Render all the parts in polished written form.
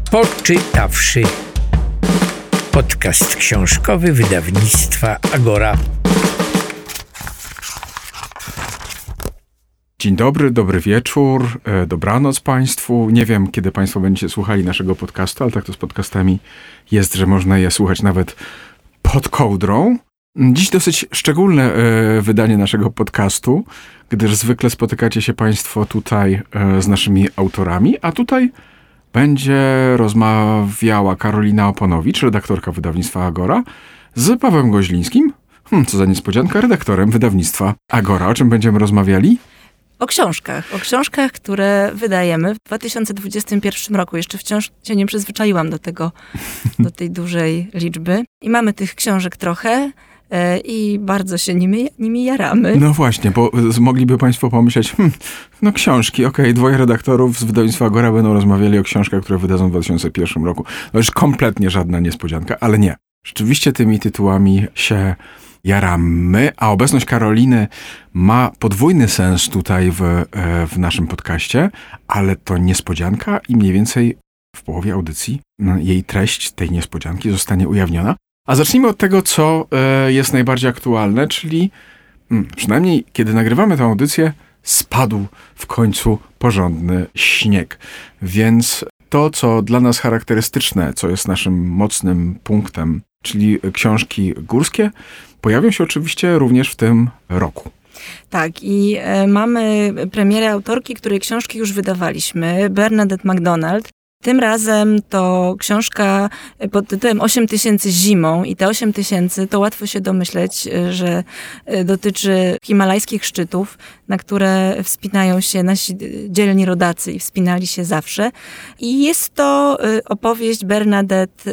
Poczytawszy. Podcast książkowy wydawnictwa Agora. Dzień dobry, dobry wieczór, dobranoc Państwu. Nie wiem, kiedy Państwo będziecie słuchali naszego podcastu, ale tak to z podcastami jest, że można je słuchać nawet pod kołdrą. Dziś dosyć szczególne wydanie naszego podcastu, gdyż zwykle spotykacie się Państwo tutaj z naszymi autorami, a tutaj będzie rozmawiała Karolina Oponowicz, redaktorka wydawnictwa Agora, z Pawłem Goźlińskim, co za niespodzianka, redaktorem wydawnictwa Agora. O czym będziemy rozmawiali? O książkach, które wydajemy w 2021 roku. Jeszcze wciąż się nie przyzwyczaiłam do tej dużej liczby. I mamy tych książek trochę i bardzo się nimi jaramy. No właśnie, bo mogliby Państwo pomyśleć, książki, okej, dwoje redaktorów z wydawnictwa Agora będą rozmawiali o książkach, które wydadzą w 2001 roku. No już kompletnie żadna niespodzianka, ale nie. Rzeczywiście tymi tytułami się jaramy, a obecność Karoliny ma podwójny sens tutaj w naszym podcaście, ale to niespodzianka i mniej więcej w połowie audycji jej treść tej niespodzianki zostanie ujawniona. A zacznijmy od tego, co jest najbardziej aktualne, czyli przynajmniej kiedy nagrywamy tę audycję, spadł w końcu porządny śnieg. Więc to, co dla nas charakterystyczne, co jest naszym mocnym punktem, czyli książki górskie, pojawią się oczywiście również w tym roku. Tak, i mamy premierę autorki, której książki już wydawaliśmy, Bernadette MacDonald. Tym razem to książka pod tytułem 8000 zimą i te 8000 to łatwo się domyśleć, że dotyczy himalajskich szczytów, na które wspinają się nasi dzielni rodacy i wspinali się zawsze. I jest to opowieść Bernadette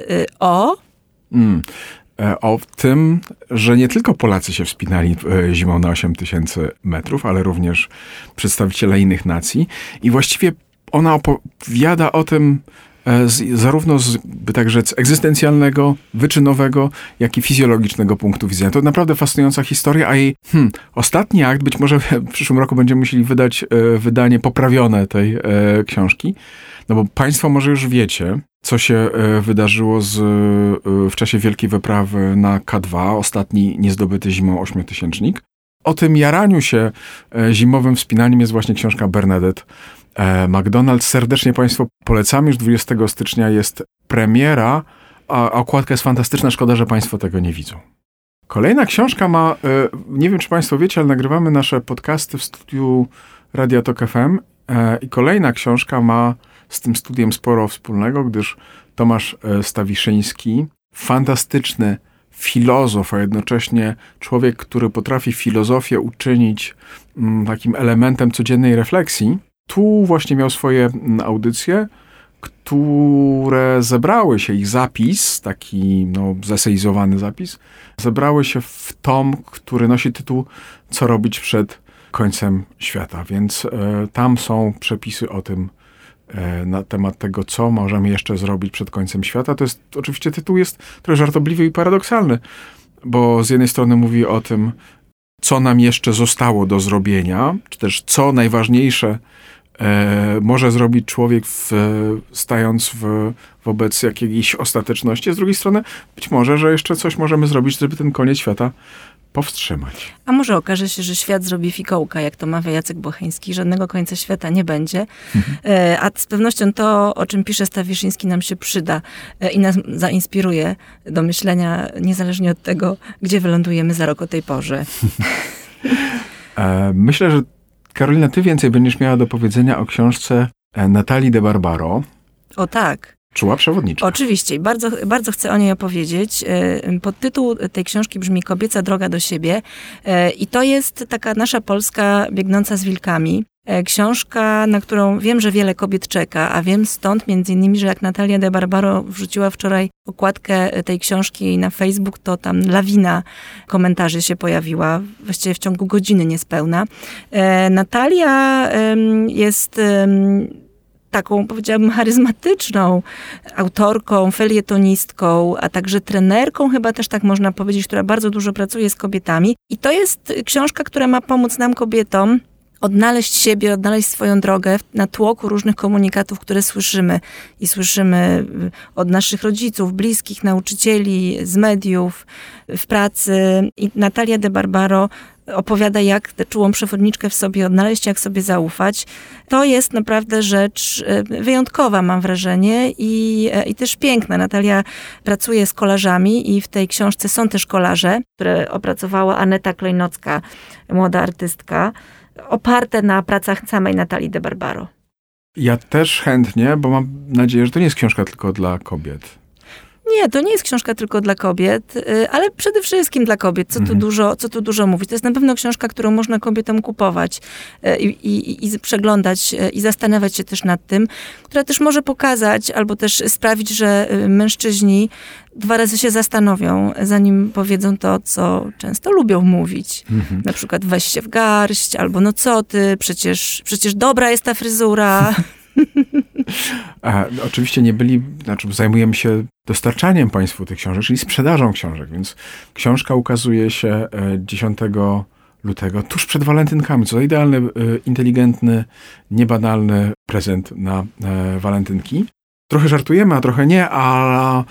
o tym, że nie tylko Polacy się wspinali zimą na 8000 metrów, ale również przedstawiciele innych nacji. I właściwie ona opowiada o tym zarówno by tak rzec, egzystencjalnego, wyczynowego, jak i fizjologicznego punktu widzenia. To naprawdę fascynująca historia, a jej ostatni akt, być może w przyszłym roku będziemy musieli wydać wydanie poprawione tej książki, no bo Państwo może już wiecie, co się wydarzyło w czasie wielkiej wyprawy na K2, ostatni niezdobyty zimą 8000-nik. O tym jaraniu się zimowym wspinaniem jest właśnie książka Bernadette MacDonald. Serdecznie Państwu polecam. Już 20 stycznia jest premiera, a okładka jest fantastyczna. Szkoda, że Państwo tego nie widzą. Kolejna książka ma, nie wiem czy Państwo wiecie, ale nagrywamy nasze podcasty w studiu Radia Tok FM i kolejna książka ma z tym studiem sporo wspólnego, gdyż Tomasz Stawiszyński, fantastyczny filozof, a jednocześnie człowiek, który potrafi filozofię uczynić takim elementem codziennej refleksji, tu właśnie miał swoje audycje, które zebrały się, ich zapis, taki zesejzowany zapis, zebrały się w tom, który nosi tytuł Co robić przed końcem świata. Więc tam są przepisy o tym, na temat tego, co możemy jeszcze zrobić przed końcem świata. To jest, oczywiście tytuł jest trochę żartobliwy i paradoksalny, bo z jednej strony mówi o tym, co nam jeszcze zostało do zrobienia, czy też co najważniejsze może zrobić człowiek stając wobec jakiejś ostateczności, a z drugiej strony być może, że jeszcze coś możemy zrobić, żeby ten koniec świata powstrzymać. A może okaże się, że świat zrobi fikołka, jak to mawia Jacek Bocheński, żadnego końca świata nie będzie. A z pewnością to, o czym pisze Stawiszyński, nam się przyda i nas zainspiruje do myślenia, niezależnie od tego, gdzie wylądujemy za rok o tej porze. Myślę, że Karolina, ty więcej będziesz miała do powiedzenia o książce Natalii de Barbaro. O tak. Czuła przewodniczka. Oczywiście. Bardzo, bardzo chcę o niej opowiedzieć. Podtytuł tej książki brzmi Kobieca droga do siebie. I to jest taka nasza Polska biegnąca z wilkami. Książka, na którą wiem, że wiele kobiet czeka, a wiem stąd między innymi, że jak Natalia de Barbaro wrzuciła wczoraj okładkę tej książki na Facebook, to tam lawina komentarzy się pojawiła, właściwie w ciągu godziny niespełna. Natalia jest taką, powiedziałabym, charyzmatyczną autorką, felietonistką, a także trenerką, chyba też tak można powiedzieć, która bardzo dużo pracuje z kobietami. I to jest książka, która ma pomóc nam, kobietom, odnaleźć siebie, odnaleźć swoją drogę na tłoku różnych komunikatów, które słyszymy. I słyszymy od naszych rodziców, bliskich, nauczycieli, z mediów, w pracy. I Natalia de Barbaro opowiada, jak tę czułą przewodniczkę w sobie odnaleźć, jak sobie zaufać. To jest naprawdę rzecz wyjątkowa, mam wrażenie, i też piękna. Natalia pracuje z kolarzami i w tej książce są też kolarze, które opracowała Aneta Klejnocka, młoda artystka, oparte na pracach samej Natalii de Barbaro. Ja też chętnie, bo mam nadzieję, że to nie jest książka tylko dla kobiet. Nie, to nie jest książka tylko dla kobiet, ale przede wszystkim dla kobiet, co tu dużo mówić. To jest na pewno książka, którą można kobietom kupować i przeglądać i zastanawiać się też nad tym, która też może pokazać albo też sprawić, że mężczyźni 2 razy się zastanowią, zanim powiedzą to, co często lubią mówić. Na przykład weź się w garść, albo no co ty, przecież dobra jest ta fryzura. Oczywiście zajmujemy się dostarczaniem Państwu tych książek, czyli sprzedażą książek, więc książka ukazuje się 10 lutego, tuż przed walentynkami, co to idealny, inteligentny, niebanalny prezent na walentynki. Trochę żartujemy, a trochę nie, a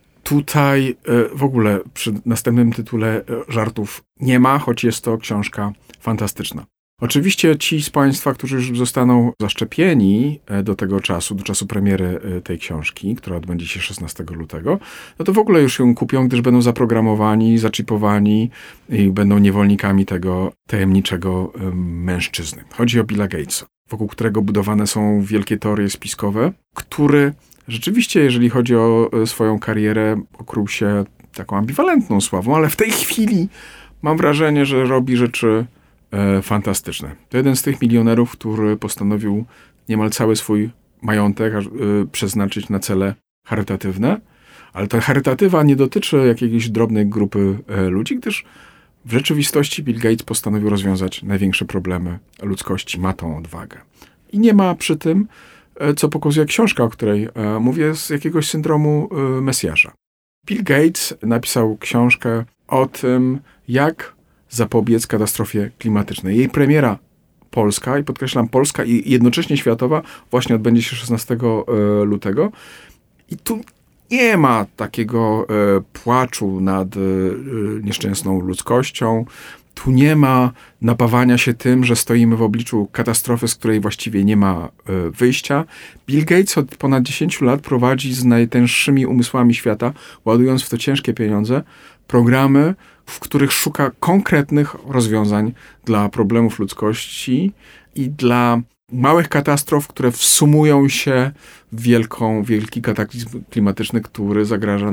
tutaj w ogóle przy następnym tytule żartów nie ma, choć jest to książka fantastyczna. Oczywiście ci z Państwa, którzy już zostaną zaszczepieni do tego czasu, do czasu premiery tej książki, która odbędzie się 16 lutego, no to w ogóle już ją kupią, gdyż będą zaprogramowani, zaczipowani i będą niewolnikami tego tajemniczego mężczyzny. Chodzi o Billa Gatesa, wokół którego budowane są wielkie teorie spiskowe, który rzeczywiście, jeżeli chodzi o swoją karierę, okrył się taką ambiwalentną sławą, ale w tej chwili mam wrażenie, że robi rzeczy fantastyczne. To jeden z tych milionerów, który postanowił niemal cały swój majątek przeznaczyć na cele charytatywne, ale ta charytatywa nie dotyczy jakiejś drobnej grupy ludzi, gdyż w rzeczywistości Bill Gates postanowił rozwiązać największe problemy ludzkości, ma tą odwagę. I nie ma przy tym, co pokazuje książka, o której mówię, z jakiegoś syndromu Mesjasza. Bill Gates napisał książkę o tym, jak zapobiec katastrofie klimatycznej. Jej premiera polska, i podkreślam polska i jednocześnie światowa, właśnie odbędzie się 16 lutego. I tu nie ma takiego płaczu nad nieszczęsną ludzkością. Tu nie ma napawania się tym, że stoimy w obliczu katastrofy, z której właściwie nie ma wyjścia. Bill Gates od ponad 10 lat prowadzi z najtęższymi umysłami świata, ładując w to ciężkie pieniądze, programy, w których szuka konkretnych rozwiązań dla problemów ludzkości i dla małych katastrof, które wsumują się w wielki kataklizm klimatyczny, który zagraża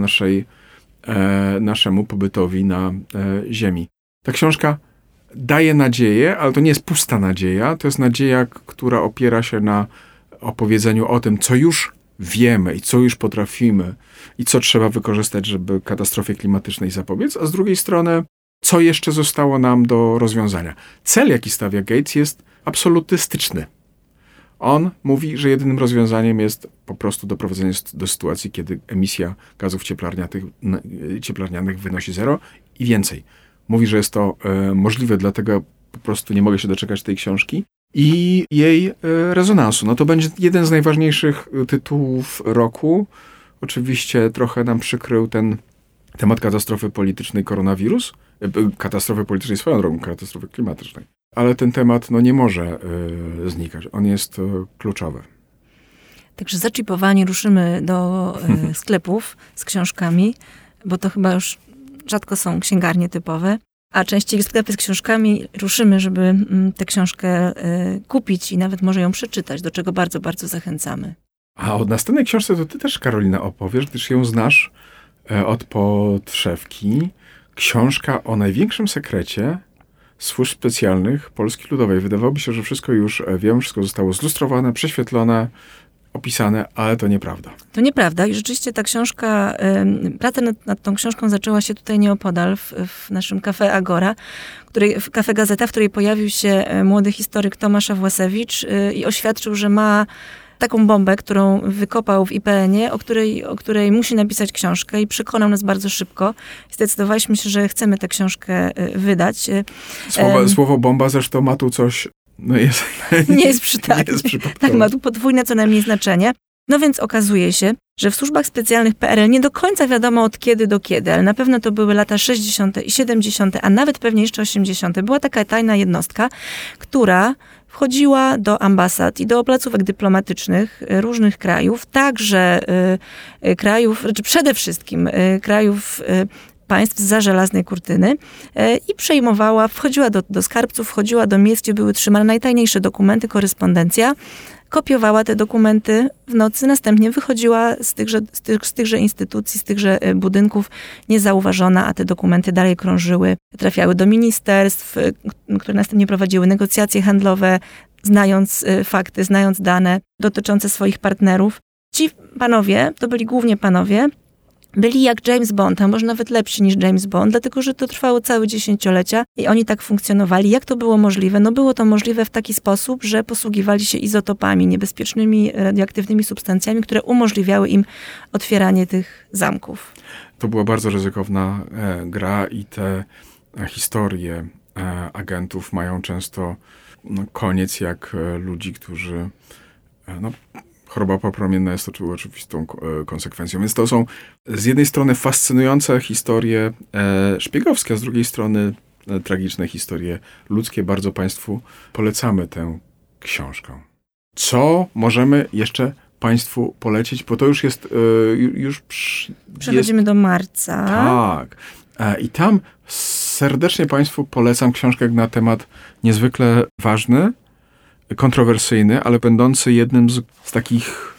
naszemu pobytowi na Ziemi. Ta książka daje nadzieję, ale to nie jest pusta nadzieja, to jest nadzieja, która opiera się na opowiedzeniu o tym, co już wiemy i co już potrafimy i co trzeba wykorzystać, żeby katastrofie klimatycznej zapobiec, a z drugiej strony, co jeszcze zostało nam do rozwiązania. Cel, jaki stawia Gates, jest absolutystyczny. On mówi, że jedynym rozwiązaniem jest po prostu doprowadzenie do sytuacji, kiedy emisja gazów cieplarnianych wynosi 0 i więcej. Mówi, że jest to możliwe, dlatego po prostu nie mogę się doczekać tej książki i jej rezonansu. No to będzie jeden z najważniejszych tytułów roku. Oczywiście trochę nam przykrył ten temat katastrofy politycznej koronawirus, katastrofy politycznej swoją drogą, katastrofy klimatycznej. Ale ten temat nie może znikać. On jest kluczowy. Także zaczipowani ruszymy do sklepów z książkami, bo to chyba już rzadko są księgarnie typowe, a częściej sklepy z książkami ruszymy, żeby tę książkę kupić i nawet może ją przeczytać, do czego bardzo, bardzo zachęcamy. A o następnej książce to ty też, Karolina, opowiesz, gdyż ją znasz od podszewki. Książka o największym sekrecie służb specjalnych Polski Ludowej. Wydawałoby się, że wszystko już wiem, wszystko zostało zlustrowane, prześwietlone, opisane, ale to nieprawda. To nieprawda i rzeczywiście ta książka, praca nad tą książką zaczęła się tutaj nieopodal, w naszym Café Agora, w Café Gazeta, w której pojawił się młody historyk Tomasz Awłasewicz i oświadczył, że ma taką bombę, którą wykopał w IPN-ie, o której musi napisać książkę i przekonał nas bardzo szybko. Zdecydowaliśmy się, że chcemy tę książkę wydać. Słowo bomba zresztą ma tu coś No jest, nie jest przydatny. Nie jest przypadkowy. Tak, ma tu podwójne co najmniej znaczenie. No więc okazuje się, że w służbach specjalnych PRL nie do końca wiadomo od kiedy do kiedy, ale na pewno to były lata 60. i 70., a nawet pewnie jeszcze 80. Była taka tajna jednostka, która wchodziła do ambasad i do placówek dyplomatycznych różnych krajów, także krajów, czy przede wszystkim krajów państw zza żelaznej kurtyny i przejmowała, wchodziła do skarbców, wchodziła do miejsc, gdzie były trzymane najtajniejsze dokumenty, korespondencja, kopiowała te dokumenty w nocy, następnie wychodziła z tychże instytucji, z tychże budynków niezauważona, a te dokumenty dalej krążyły, trafiały do ministerstw, które następnie prowadziły negocjacje handlowe, znając fakty, znając dane dotyczące swoich partnerów. Ci panowie, to byli głównie panowie, byli jak James Bond, a może nawet lepsi niż James Bond, dlatego że to trwało całe dziesięciolecia i oni tak funkcjonowali. Jak to było możliwe? No było to możliwe w taki sposób, że posługiwali się izotopami, niebezpiecznymi, radioaktywnymi substancjami, które umożliwiały im otwieranie tych zamków. To była bardzo ryzykowna gra i te historie agentów mają często koniec jak ludzi, którzy... Choroba popromienna jest to oczywistą konsekwencją. Więc to są z jednej strony fascynujące historie szpiegowskie, a z drugiej strony tragiczne historie ludzkie. Bardzo Państwu polecamy tę książkę. Co możemy jeszcze Państwu polecić? Bo to już jest... Przechodzimy do marca. Tak. I tam serdecznie Państwu polecam książkę na temat niezwykle ważny, kontrowersyjny, ale będący jednym z takich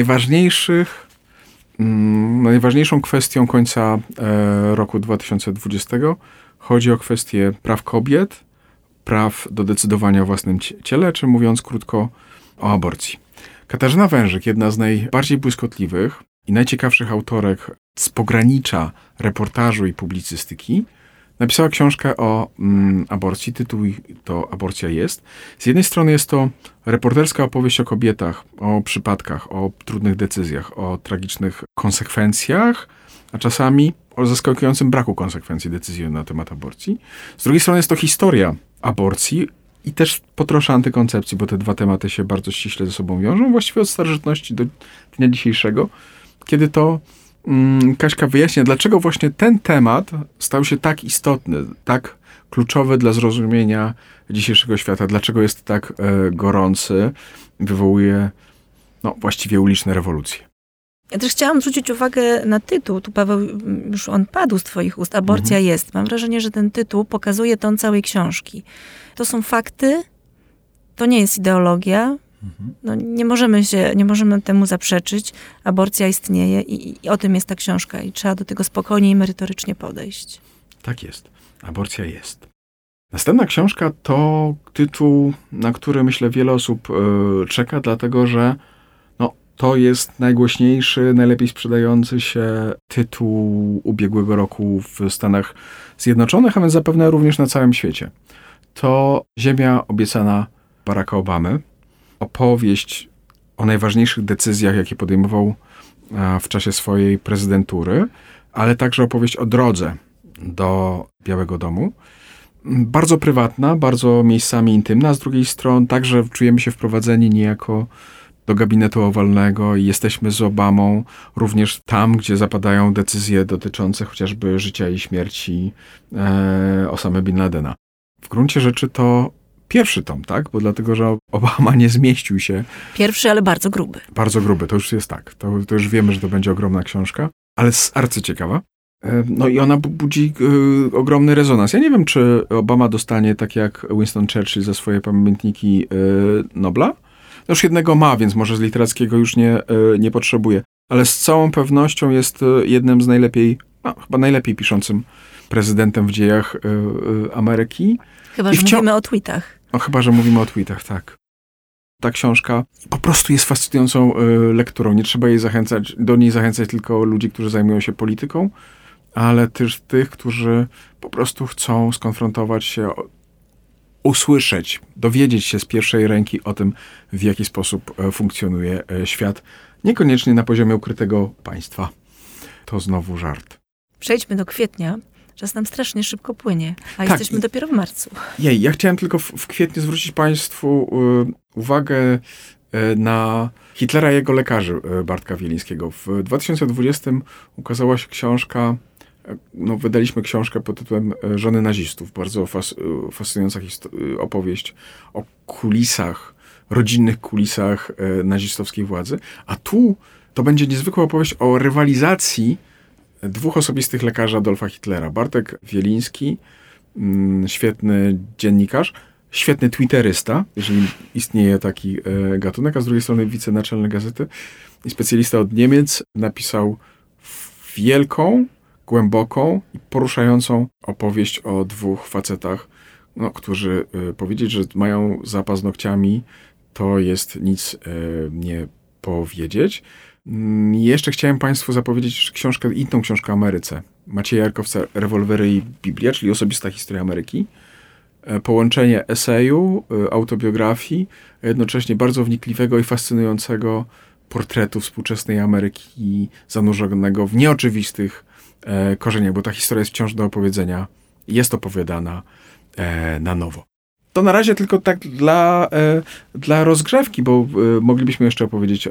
najważniejszą kwestią końca roku 2020. Chodzi o kwestię praw kobiet, praw do decydowania o własnym ciele, czy mówiąc krótko, o aborcji. Katarzyna Wężyk, jedna z najbardziej błyskotliwych i najciekawszych autorek z pogranicza reportażu i publicystyki, napisała książkę o aborcji. Tytuł to Aborcja jest. Z jednej strony jest to reporterska opowieść o kobietach, o przypadkach, o trudnych decyzjach, o tragicznych konsekwencjach, a czasami o zaskakującym braku konsekwencji decyzji na temat aborcji. Z drugiej strony jest to historia aborcji i też po trosze antykoncepcji, bo te dwa tematy się bardzo ściśle ze sobą wiążą, właściwie od starożytności do dnia dzisiejszego, kiedy to Kaśka wyjaśnia, dlaczego właśnie ten temat stał się tak istotny, tak kluczowy dla zrozumienia dzisiejszego świata, dlaczego jest tak gorący, wywołuje właściwie uliczne rewolucje. Ja też chciałam zwrócić uwagę na tytuł. Tu, Paweł, już on padł z twoich ust. Aborcja jest. Mam wrażenie, że ten tytuł pokazuje ton całej książki. To są fakty, to nie jest ideologia. No, nie możemy temu zaprzeczyć. Aborcja istnieje i o tym jest ta książka i trzeba do tego spokojnie i merytorycznie podejść. Tak jest. Aborcja jest. Następna książka to tytuł, na który myślę wiele osób czeka, dlatego że to jest najgłośniejszy, najlepiej sprzedający się tytuł ubiegłego roku w Stanach Zjednoczonych, a więc zapewne również na całym świecie. To Ziemia obiecana Baracka Obamy. Opowieść o najważniejszych decyzjach, jakie podejmował w czasie swojej prezydentury, ale także opowieść o drodze do Białego Domu. Bardzo prywatna, bardzo miejscami intymna, a z drugiej strony także czujemy się wprowadzeni niejako do gabinetu owalnego i jesteśmy z Obamą również tam, gdzie zapadają decyzje dotyczące chociażby życia i śmierci Osamy Bin Ladena. W gruncie rzeczy to pierwszy tom, tak? Bo dlatego, że Obama nie zmieścił się. Pierwszy, ale bardzo gruby. Bardzo gruby, to już jest tak. To już wiemy, że to będzie ogromna książka, ale arcyciekawa. No i ona budzi ogromny rezonans. Ja nie wiem, czy Obama dostanie, tak jak Winston Churchill, za swoje pamiętniki Nobla. Już jednego ma, więc może z literackiego już nie potrzebuje. Ale z całą pewnością jest jednym z chyba najlepiej piszącym prezydentem w dziejach Ameryki. Chyba, że mówimy o tweetach. Chyba, że mówimy o tweetach, tak. Ta książka po prostu jest fascynującą lekturą. Nie trzeba do niej zachęcać tylko ludzi, którzy zajmują się polityką, ale też tych, którzy po prostu chcą skonfrontować się, usłyszeć, dowiedzieć się z pierwszej ręki o tym, w jaki sposób funkcjonuje świat. Niekoniecznie na poziomie ukrytego państwa. To znowu żart. Przejdźmy do kwietnia. Czas nam strasznie szybko płynie, a Tak, jesteśmy dopiero w marcu. Ja chciałem tylko w kwietniu zwrócić Państwu uwagę na Hitlera i jego lekarzy Bartka Wielińskiego. W 2020 ukazała się książka, wydaliśmy książkę pod tytułem Żony nazistów. Bardzo fascynująca opowieść o kulisach, rodzinnych kulisach nazistowskiej władzy. A tu to będzie niezwykła opowieść o rywalizacji dwóch osobistych lekarzy Adolfa Hitlera. Bartek Wieliński, świetny dziennikarz, świetny twitterysta, jeżeli istnieje taki gatunek, a z drugiej strony wicenaczelny gazety i specjalista od Niemiec, napisał wielką, głęboką i poruszającą opowieść o dwóch facetach, którzy powiedzieć, że mają za paznokciami, to jest nic nie powiedzieć. Jeszcze chciałem Państwu zapowiedzieć inną książkę o Ameryce. Macieja Jarkowca Rewolwery i Biblia, czyli osobista historia Ameryki. Połączenie eseju, autobiografii, a jednocześnie bardzo wnikliwego i fascynującego portretu współczesnej Ameryki zanurzonego w nieoczywistych korzeniach, bo ta historia jest wciąż do opowiedzenia, jest opowiadana na nowo. To na razie tylko tak dla rozgrzewki, bo moglibyśmy jeszcze opowiedzieć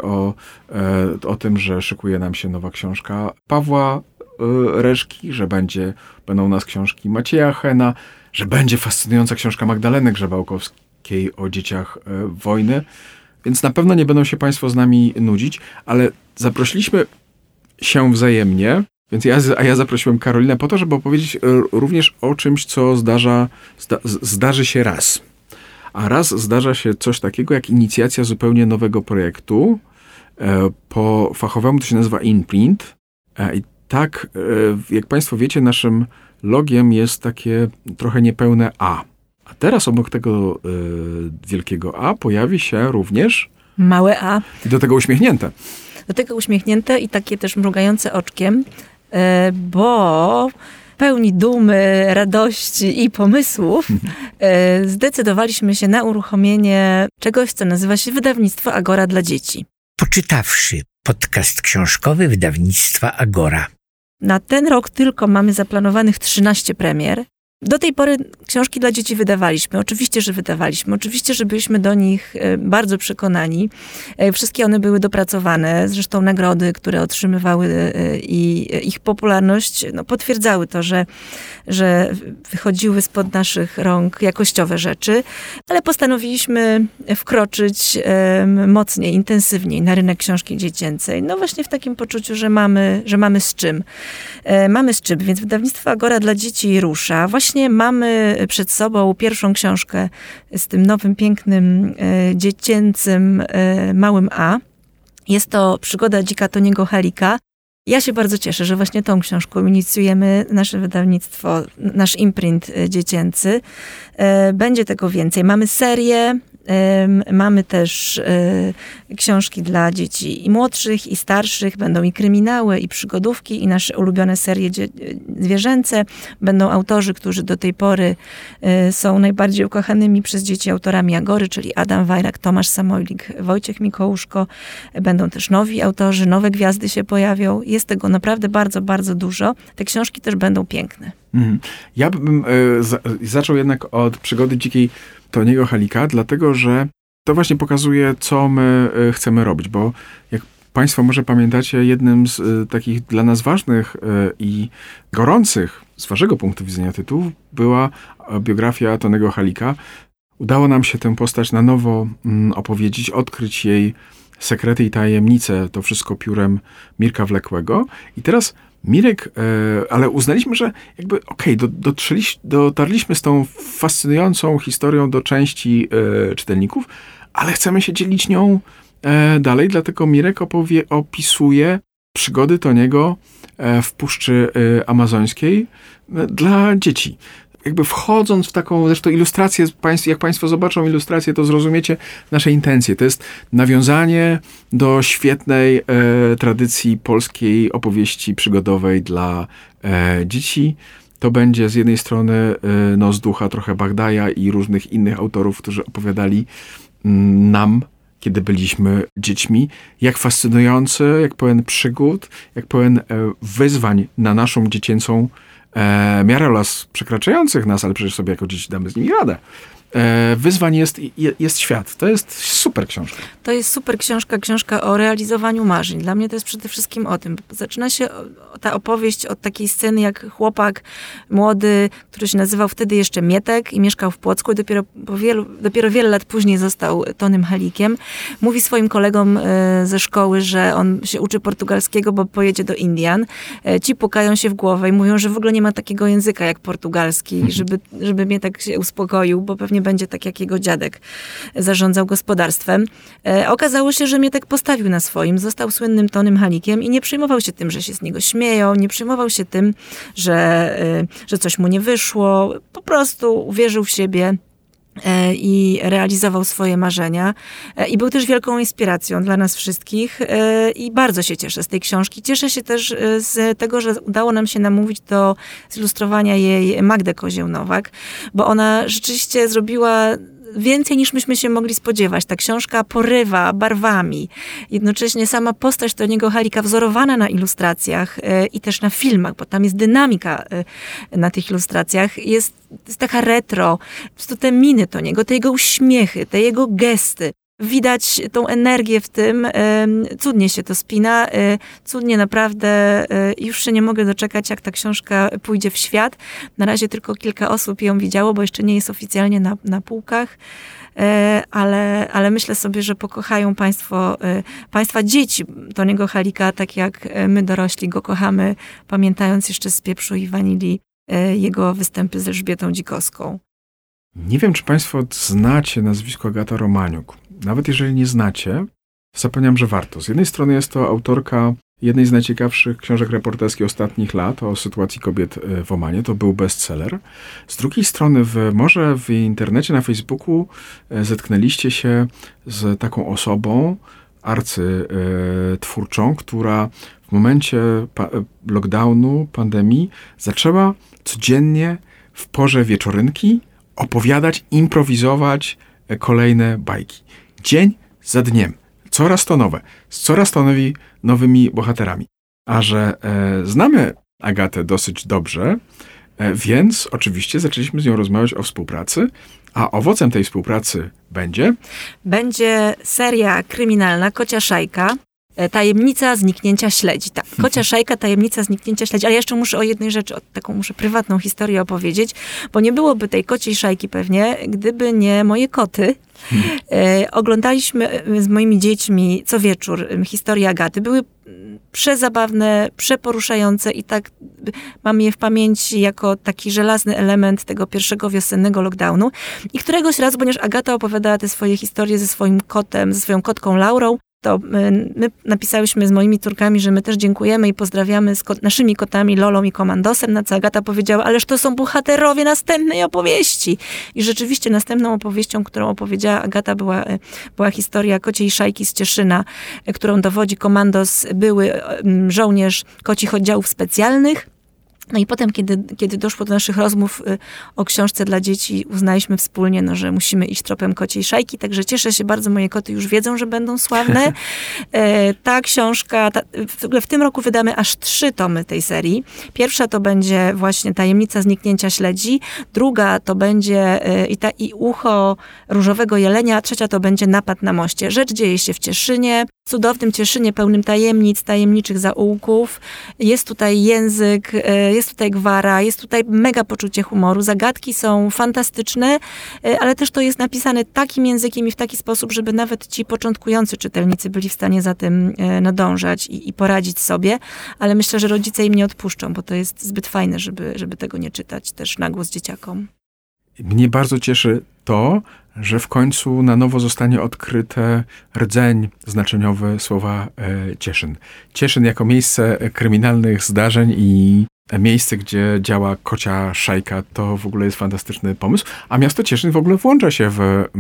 o tym, że szykuje nam się nowa książka Pawła Reszki, że będą u nas książki Macieja Hena, że będzie fascynująca książka Magdaleny Grzebałkowskiej o dzieciach wojny, więc na pewno nie będą się Państwo z nami nudzić, ale zaprosiliśmy się wzajemnie, więc ja zaprosiłem Karolinę po to, żeby opowiedzieć również o czymś, co zdarzy się raz. A raz zdarza się coś takiego jak inicjacja zupełnie nowego projektu. Po fachowemu to się nazywa InPrint. I tak, jak Państwo wiecie, naszym logiem jest takie trochę niepełne A. A teraz obok tego wielkiego A pojawi się również Małe A. I do tego uśmiechnięte. Do tego uśmiechnięte i takie też mrugające oczkiem, bo pełni dumy, radości i pomysłów zdecydowaliśmy się na uruchomienie czegoś, co nazywa się Wydawnictwo Agora dla dzieci. Poczytawszy, podcast książkowy wydawnictwa Agora. Na ten rok tylko mamy zaplanowanych 13 premier. Do tej pory książki dla dzieci wydawaliśmy. Oczywiście, że wydawaliśmy. Oczywiście, że byliśmy do nich bardzo przekonani. Wszystkie one były dopracowane. Zresztą nagrody, które otrzymywały i ich popularność potwierdzały to, że wychodziły spod naszych rąk jakościowe rzeczy. Ale postanowiliśmy wkroczyć mocniej, intensywniej na rynek książki dziecięcej. Właśnie w takim poczuciu, że mamy z czym. Mamy z czym, więc wydawnictwo Agora dla dzieci rusza. Właśnie mamy przed sobą pierwszą książkę z tym nowym, pięknym, dziecięcym małym A. Jest to przygoda dzika Toniego Halika. Ja się bardzo cieszę, że właśnie tą książką inicjujemy nasze wydawnictwo, nasz imprint dziecięcy. Będzie tego więcej. Mamy serię, mamy też książki dla dzieci i młodszych, i starszych. Będą i kryminały, i przygodówki, i nasze ulubione serie zwierzęce. Będą autorzy, którzy do tej pory są najbardziej ukochanymi przez dzieci autorami Agory, czyli Adam Wajrak, Tomasz Samojlik, Wojciech Mikołuszko. Będą też nowi autorzy, nowe gwiazdy się pojawią. Jest tego naprawdę bardzo, bardzo dużo. Te książki też będą piękne. Ja bym zaczął jednak od przygody dzikiej Toniego Halika, dlatego że to właśnie pokazuje, co my chcemy robić, bo jak Państwo może pamiętacie, jednym z takich dla nas ważnych i gorących z waszego punktu widzenia tytułów była biografia Toniego Halika. Udało nam się tę postać na nowo opowiedzieć, odkryć jej sekrety i tajemnice, to wszystko piórem Mirka Wlekłego. I teraz Mirek, ale uznaliśmy, że jakby dotarliśmy z tą fascynującą historią do części czytelników, ale chcemy się dzielić nią dalej, dlatego Mirek opisuje przygody Toniego w Puszczy Amazońskiej dla dzieci. Jakby wchodząc w taką zresztą ilustrację, jak Państwo zobaczą ilustrację, to zrozumiecie nasze intencje. To jest nawiązanie do świetnej tradycji polskiej opowieści przygodowej dla dzieci. To będzie z jednej strony z ducha trochę Bagdaja i różnych innych autorów, którzy opowiadali nam, kiedy byliśmy dziećmi, jak fascynujący, jak pełen przygód, jak pełen wyzwań na naszą dziecięcą miarę los przekraczających nas, ale przecież sobie jako dzieci damy z nimi radę. Wyzwań jest świat. To jest super książka. To jest super książka o realizowaniu marzeń. Dla mnie to jest przede wszystkim o tym. Zaczyna się ta opowieść od takiej sceny, jak chłopak młody, który się nazywał wtedy jeszcze Mietek i mieszkał w Płocku i dopiero wiele lat później został Tonym Halikiem. Mówi swoim kolegom ze szkoły, że on się uczy portugalskiego, bo pojedzie do Indian. Ci pukają się w głowę i mówią, że w ogóle nie ma takiego języka jak portugalski, żeby Mietek się uspokoił, bo pewnie będzie tak, jak jego dziadek zarządzał gospodarstwem. Okazało się, że Mietek postawił na swoim, został słynnym Tonym Halikiem i nie przejmował się tym, że się z niego śmieją, nie przejmował się tym, że coś mu nie wyszło. Po prostu uwierzył w siebie i realizował swoje marzenia. I był też wielką inspiracją dla nas wszystkich i bardzo się cieszę z tej książki. Cieszę się też z tego, że udało nam się namówić do zilustrowania jej Magdę Kozieł-Nowak, bo ona rzeczywiście zrobiła więcej niż myśmy się mogli spodziewać. Ta książka porywa barwami. Jednocześnie sama postać Toniego Halika wzorowana na ilustracjach i też na filmach, bo tam jest dynamika na tych ilustracjach. Jest taka retro. Po prostu te miny Toniego, te jego uśmiechy, te jego gesty. Widać tą energię w tym. Cudnie się to spina. Cudnie naprawdę. Już się nie mogę doczekać, jak ta książka pójdzie w świat. Na razie tylko kilka osób ją widziało, bo jeszcze nie jest oficjalnie na półkach. Ale myślę sobie, że pokochają państwa dzieci Toniego Halika, tak jak my dorośli go kochamy, pamiętając jeszcze z Pieprzu i Wanilii jego występy z Elżbietą Dzikowską. Nie wiem, czy państwo znacie nazwisko Agata Romaniuk. Nawet jeżeli nie znacie, zapewniam, że warto. Z jednej strony jest to autorka jednej z najciekawszych książek reporterskich ostatnich lat o sytuacji kobiet w Omanie. To był bestseller. Z drugiej strony, może w internecie, na Facebooku zetknęliście się z taką osobą, arcytwórczą, która w momencie lockdownu, pandemii zaczęła codziennie w porze wieczorynki opowiadać, improwizować kolejne bajki. Dzień za dniem. Coraz to nowe. Z coraz to nowymi bohaterami. A że znamy Agatę dosyć dobrze, więc oczywiście zaczęliśmy z nią rozmawiać o współpracy, a owocem tej współpracy będzie? Będzie seria kryminalna Kocia Szajka. Tajemnica zniknięcia śledzi. Tak, Kocia Szajka, tajemnica zniknięcia śledzi. Ale jeszcze muszę o jednej rzeczy, taką muszę prywatną historię opowiedzieć, bo nie byłoby tej Kociej Szajki pewnie, gdyby nie moje koty. Oglądaliśmy z moimi dziećmi co wieczór historię Agaty. Były przezabawne, przeporuszające i tak mam je w pamięci jako taki żelazny element tego pierwszego wiosennego lockdownu. I któregoś razu, ponieważ Agata opowiadała te swoje historie ze swoim kotem, ze swoją kotką Laurą, to my napisałyśmy z moimi córkami, że my też dziękujemy i pozdrawiamy z naszymi kotami Lolą i Komandosem, na co Agata powiedziała, ależ to są bohaterowie następnej opowieści. I rzeczywiście następną opowieścią, którą opowiedziała Agata, była historia Kociej Szajki z Cieszyna, którą dowodzi Komandos, były żołnierz kocich oddziałów specjalnych. No i potem, kiedy doszło do naszych rozmów o książce dla dzieci, uznaliśmy wspólnie, że musimy iść tropem Kociej Szajki, także cieszę się bardzo, moje koty już wiedzą, że będą sławne. Ta książka, w ogóle w tym roku wydamy aż 3 tomy tej serii. Pierwsza to będzie właśnie Tajemnica zniknięcia śledzi, druga to będzie i Ucho różowego jelenia, trzecia to będzie Napad na moście. Rzecz dzieje się w Cieszynie, cudownym Cieszynie pełnym tajemnic, tajemniczych zaułków. Jest tutaj język, jest tutaj gwara, jest tutaj mega poczucie humoru. Zagadki są fantastyczne, ale też to jest napisane takim językiem i w taki sposób, żeby nawet ci początkujący czytelnicy byli w stanie za tym nadążać i poradzić sobie. Ale myślę, że rodzice im nie odpuszczą, bo to jest zbyt fajne, żeby tego nie czytać też na głos dzieciakom. Mnie bardzo cieszy to, że w końcu na nowo zostanie odkryte rdzeń znaczeniowy słowa Cieszyn. Cieszyn jako miejsce kryminalnych zdarzeń i miejsce, gdzie działa Kocia Szajka, to w ogóle jest fantastyczny pomysł. A miasto Cieszyn w ogóle włącza się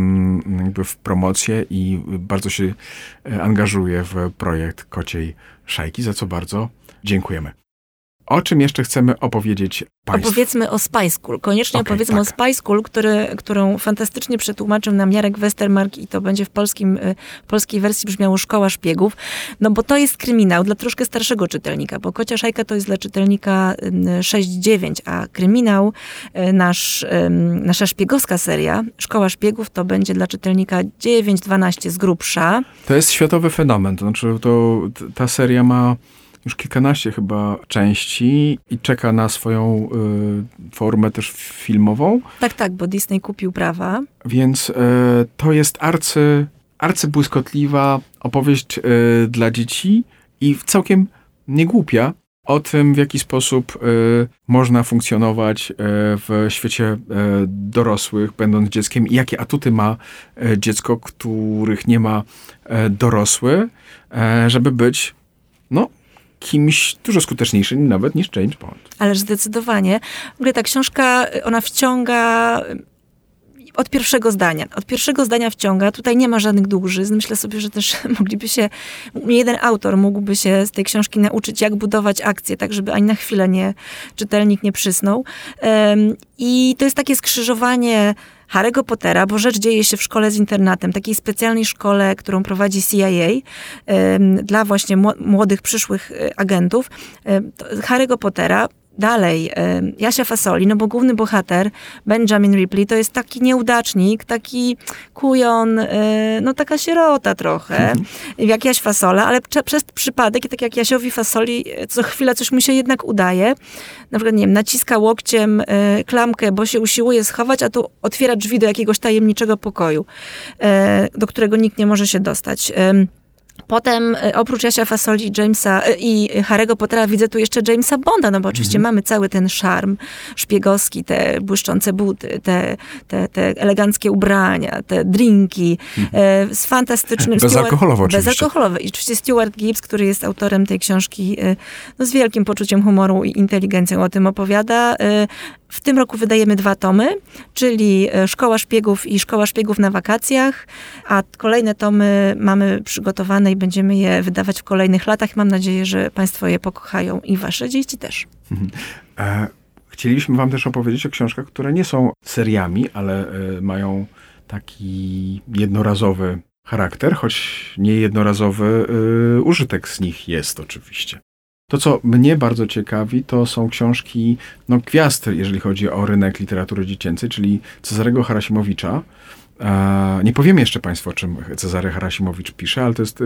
w promocję i bardzo się angażuje w projekt Kociej Szajki, za co bardzo dziękujemy. O czym jeszcze chcemy opowiedzieć Państwu? Opowiedzmy o Spice School. Koniecznie opowiedzmy o Spice School, którą fantastycznie przetłumaczył nam Jarek Westermark i to będzie w polskiej wersji brzmiało Szkoła Szpiegów. No bo to jest kryminał dla troszkę starszego czytelnika, bo Kocia Szajka to jest dla czytelnika 6-9, a kryminał, nasza szpiegowska seria, Szkoła Szpiegów, to będzie dla czytelnika 9-12 z grubsza. To jest światowy fenomen. To znaczy, ta seria ma już kilkanaście chyba części i czeka na swoją formę też filmową. Tak, bo Disney kupił prawa. Więc to jest arcybłyskotliwa opowieść dla dzieci i całkiem niegłupia o tym, w jaki sposób można funkcjonować w świecie dorosłych, będąc dzieckiem i jakie atuty ma dziecko, których nie ma dorosły, żeby być, kimś dużo skuteczniejszym nawet niż James Bond. Ależ zdecydowanie. W ogóle ta książka, ona wciąga od pierwszego zdania. Od pierwszego zdania wciąga. Tutaj nie ma żadnych dłużyzn. Myślę sobie, że też jeden autor mógłby się z tej książki nauczyć, jak budować akcję, tak żeby ani na chwilę czytelnik nie przysnął. I to jest takie skrzyżowanie Harry'ego Pottera, bo rzecz dzieje się w szkole z internatem, takiej specjalnej szkole, którą prowadzi CIA dla właśnie młodych, przyszłych agentów. Harry'ego Pottera. Dalej, Jasia Fasoli, bo główny bohater, Benjamin Ripley, to jest taki nieudacznik, taki kujon, taka sierota trochę, jak Jaś Fasola, ale przez przypadek, i tak jak Jasiowi Fasoli, co chwilę coś mu się jednak udaje. Na przykład, naciska łokciem klamkę, bo się usiłuje schować, a tu otwiera drzwi do jakiegoś tajemniczego pokoju, do którego nikt nie może się dostać. Potem oprócz Jasia Fasoli i Harry'ego Pottera widzę tu jeszcze Jamesa Bonda, bo oczywiście mamy cały ten szarm szpiegowski, te błyszczące buty, te eleganckie ubrania, te drinki, z fantastycznym... Bezalkoholowe oczywiście. Bezalkoholowe. I oczywiście Stuart Gibbs, który jest autorem tej książki, z wielkim poczuciem humoru i inteligencją o tym opowiada. W tym roku wydajemy 2 tomy, czyli Szkoła Szpiegów i Szkoła Szpiegów na wakacjach, a kolejne tomy mamy przygotowane i będziemy je wydawać w kolejnych latach. Mam nadzieję, że Państwo je pokochają i Wasze dzieci też. Chcieliśmy Wam też opowiedzieć o książkach, które nie są seriami, ale mają taki jednorazowy charakter, choć nie jednorazowy użytek z nich jest oczywiście. To, co mnie bardzo ciekawi, to są książki gwiazd, jeżeli chodzi o rynek literatury dziecięcej, czyli Cezarego Harasimowicza. Nie powiem jeszcze Państwu, o czym Cezary Harasimowicz pisze, ale to jest,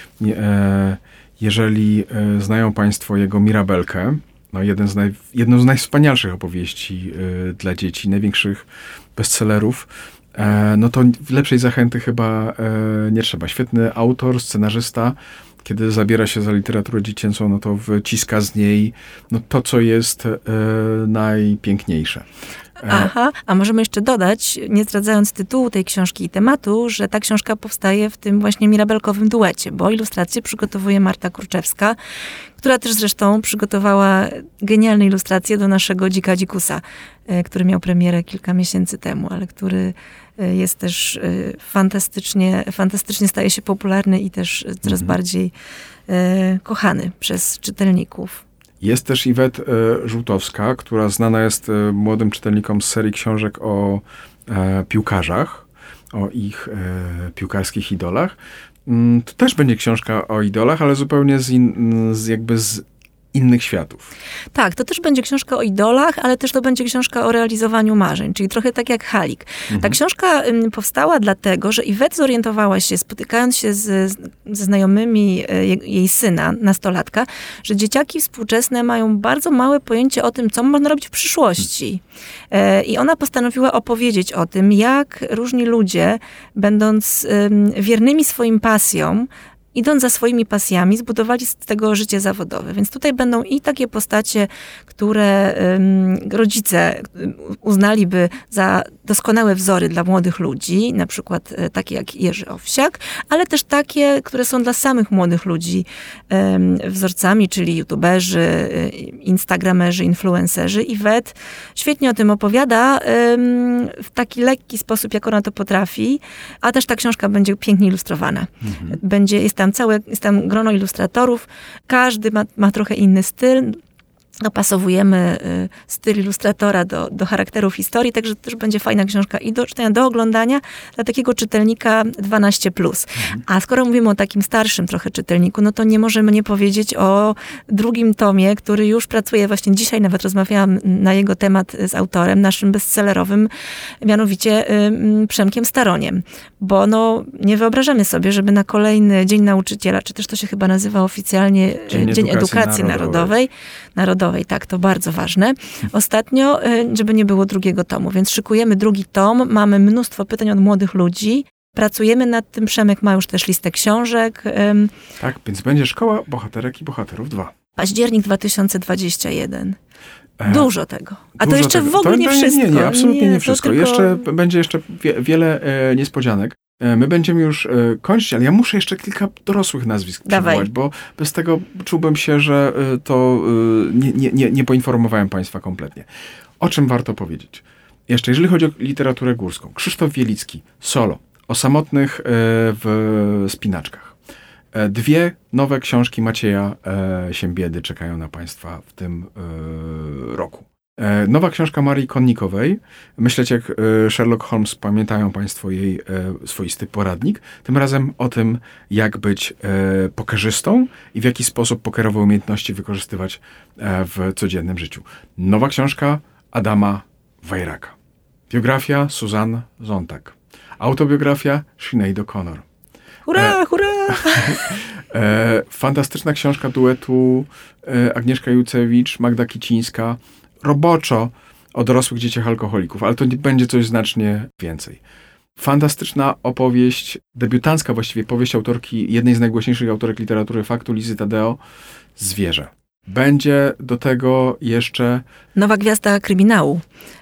jeżeli znają Państwo jego Mirabelkę, jedną z najwspanialszych opowieści dla dzieci, największych bestsellerów, to lepszej zachęty chyba nie trzeba. Świetny autor, scenarzysta. Kiedy zabiera się za literaturę dziecięcą, to wyciska z niej to, co jest najpiękniejsze. Aha, a możemy jeszcze dodać, nie zdradzając tytułu tej książki i tematu, że ta książka powstaje w tym właśnie mirabelkowym duecie, bo ilustrację przygotowuje Marta Kurczewska, która też zresztą przygotowała genialne ilustracje do naszego Dzika Dzikusa, który miał premierę kilka miesięcy temu, ale który jest też fantastycznie staje się popularny i też coraz bardziej kochany przez czytelników. Jest też Iwet Żółtowska, która znana jest młodym czytelnikom z serii książek o piłkarzach, o ich piłkarskich idolach. To też będzie książka o idolach, ale zupełnie z innych światów. Tak, to też będzie książka o idolach, ale też to będzie książka o realizowaniu marzeń, czyli trochę tak jak Halik. Ta książka powstała dlatego, że Iwet zorientowała się, spotykając się ze znajomymi jej syna, nastolatka, że dzieciaki współczesne mają bardzo małe pojęcie o tym, co można robić w przyszłości. I ona postanowiła opowiedzieć o tym, jak różni ludzie, będąc wiernymi swoim pasjom, idąc za swoimi pasjami, zbudowali z tego życie zawodowe. Więc tutaj będą i takie postacie, które rodzice uznaliby za doskonałe wzory dla młodych ludzi, na przykład takie jak Jerzy Owsiak, ale też takie, które są dla samych młodych ludzi wzorcami, czyli youtuberzy, instagramerzy, influencerzy. Iwet świetnie o tym opowiada w taki lekki sposób, jak ona to potrafi, a też ta książka będzie pięknie ilustrowana. Jest tam grono ilustratorów, każdy ma trochę inny styl. dopasowujemy styl ilustratora do charakteru historii, także też będzie fajna książka i do czytania, do oglądania dla takiego czytelnika 12+. A skoro mówimy o takim starszym trochę czytelniku, no to nie możemy nie powiedzieć o drugim tomie, który już pracuje właśnie dzisiaj, nawet rozmawiałam na jego temat z autorem, naszym bestsellerowym, mianowicie Przemkiem Staroniem. Bo no, nie wyobrażamy sobie, żeby na kolejny Dzień Nauczyciela, czy też to się chyba nazywa oficjalnie Dzień Edukacji Narodowej, tak, to bardzo ważne. Ostatnio, żeby nie było drugiego tomu, więc szykujemy drugi tom, mamy mnóstwo pytań od młodych ludzi, pracujemy nad tym, Przemek ma już też listę książek. Tak, więc będzie Szkoła Bohaterek i Bohaterów 2. Październik 2021. Dużo tego. A to jeszcze tego. w ogóle nie wszystko. Nie, absolutnie nie wszystko. Tylko... Będzie jeszcze wiele niespodzianek. My będziemy już kończyć, ale ja muszę jeszcze kilka dorosłych nazwisk przywołać, bo bez tego czułbym się, że to nie poinformowałem Państwa kompletnie. O czym warto powiedzieć? Jeszcze, jeżeli chodzi o literaturę górską. Krzysztof Wielicki, solo, o samotnych w spinaczkach. 2 nowe książki Macieja Siembiedy czekają na Państwa w tym roku. Nowa książka Marii Konnikowej. Myśleć jak Sherlock Holmes, pamiętają Państwo jej swoisty poradnik. Tym razem o tym, jak być pokerzystą i w jaki sposób pokerowe umiejętności wykorzystywać w codziennym życiu. Nowa książka Adama Wajraka. Biografia Susan Sontag. Autobiografia Sinead O'Connor. Hurra, hurra! Fantastyczna książka duetu Agnieszka Jucewicz, Magda Kicińska. Roboczo o dorosłych dzieciach alkoholików, ale to będzie coś znacznie więcej. Fantastyczna opowieść, debiutancka właściwie powieść autorki, jednej z najgłośniejszych autorek literatury faktu, Lizy Tadeo, Zwierzę. Będzie do tego jeszcze... Nowa gwiazda kryminału.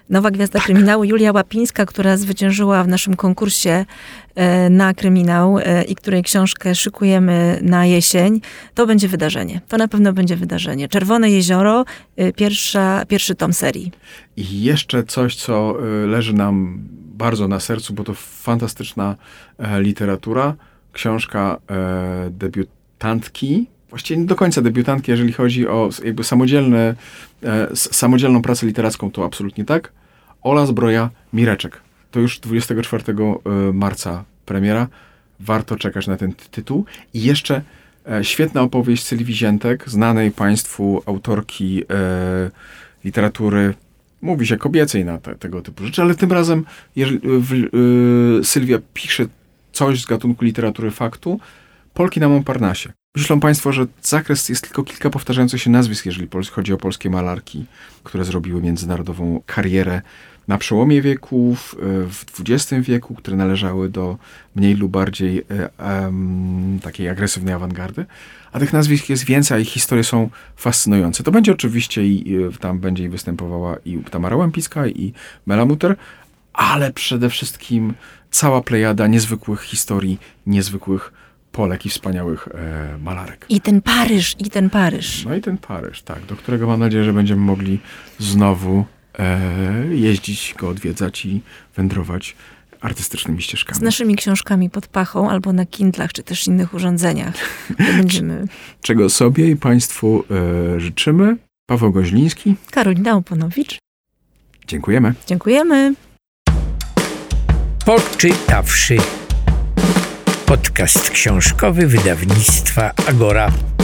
Julia Łapińska, która zwyciężyła w naszym konkursie na kryminał i której książkę szykujemy na jesień. To będzie wydarzenie. To na pewno będzie wydarzenie. Czerwone jezioro, pierwszy tom serii. I jeszcze coś, co leży nam bardzo na sercu, bo to fantastyczna literatura. Książka debiutantki, właściwie nie do końca debiutantki, jeżeli chodzi o jakby samodzielną pracę literacką, to absolutnie tak. Ola Zbroja, Mireczek. To już 24 marca premiera. Warto czekać na ten tytuł. I jeszcze świetna opowieść Sylwii Ziętek, znanej Państwu autorki literatury, mówi się kobiecej na tego typu rzeczy, ale tym razem Sylwia pisze coś z gatunku literatury faktu. Polki na Montparnasse. Myślą Państwo, że zakres jest tylko kilka powtarzających się nazwisk, jeżeli chodzi o polskie malarki, które zrobiły międzynarodową karierę na przełomie wieków, w XX wieku, które należały do mniej lub bardziej takiej agresywnej awangardy. A tych nazwisk jest więcej, a ich historie są fascynujące. To będzie oczywiście tam będzie występowała i Tamara Łępicka, i Mela Mutter, ale przede wszystkim cała plejada niezwykłych historii, niezwykłych Polek i wspaniałych malarek. I ten Paryż. No i ten Paryż, tak, do którego mam nadzieję, że będziemy mogli znowu jeździć, go odwiedzać i wędrować artystycznymi ścieżkami. Z naszymi książkami pod pachą, albo na Kindlach, czy też innych urządzeniach. Będziemy... Czego sobie i Państwu życzymy. Paweł Goźliński. Karolina Oponowicz. Dziękujemy. Dziękujemy. Poczytawszy. Podcast książkowy wydawnictwa Agora.